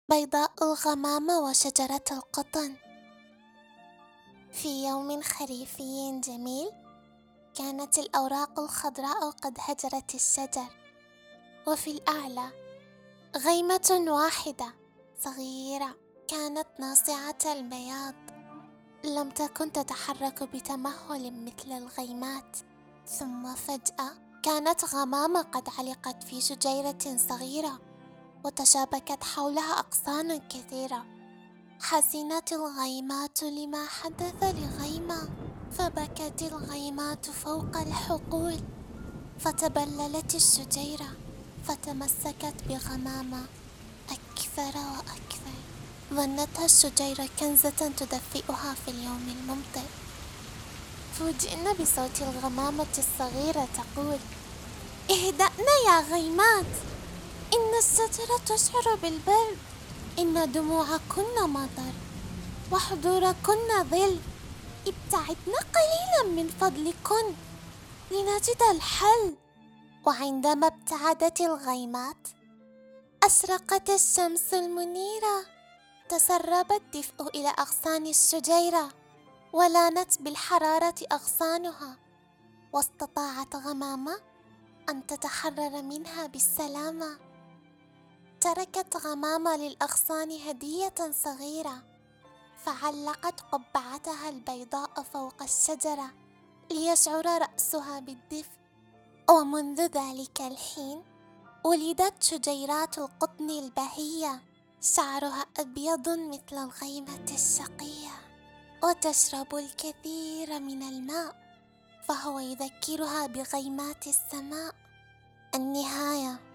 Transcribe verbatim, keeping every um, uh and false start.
بيضاء الغمامة وشجرة القطن. في يوم خريفي جميل كانت الأوراق الخضراء قد هجرت الشجر، وفي الأعلى غيمة واحدة صغيرة كانت ناصعة البياض، لم تكن تتحرك بتمهل مثل الغيمات. ثم فجأة كانت غمامة قد علقت في شجيرة صغيرة وتشابكت حولها أغصان كثيرة. حزنت الغيمات لما حدث لغيمة، فبكت الغيمات فوق الحقول، فتبللت الشجيرة فتمسكت بغمامة أكثر وأكثر. ظنتها الشجيرة كنزة تدفئها في اليوم الممطر. فوجئنا بصوت الغمامة الصغيرة تقول: اهدأنا يا غيمات، إن الشجرة تشعر بالبرد، إن دموعكن مطر وحضوركن ظل، ابتعدنا قليلا من فضلكن لنجد الحل. وعندما ابتعدت الغيمات أشرقت الشمس المنيرة، تسرب الدفء إلى أغصان الشجيرة ولانت بالحرارة أغصانها، واستطاعت غمامة أن تتحرر منها بالسلامة. تركت غمامة للأغصان هدية صغيرة، فعلقت قبعتها البيضاء فوق الشجرة ليشعر رأسها بالدفء. ومنذ ذلك الحين ولدت شجيرات القطن البهية، شعرها أبيض مثل الغيمة الشقية، وتشرب الكثير من الماء، فهو يذكرها بغيمات السماء. النهاية.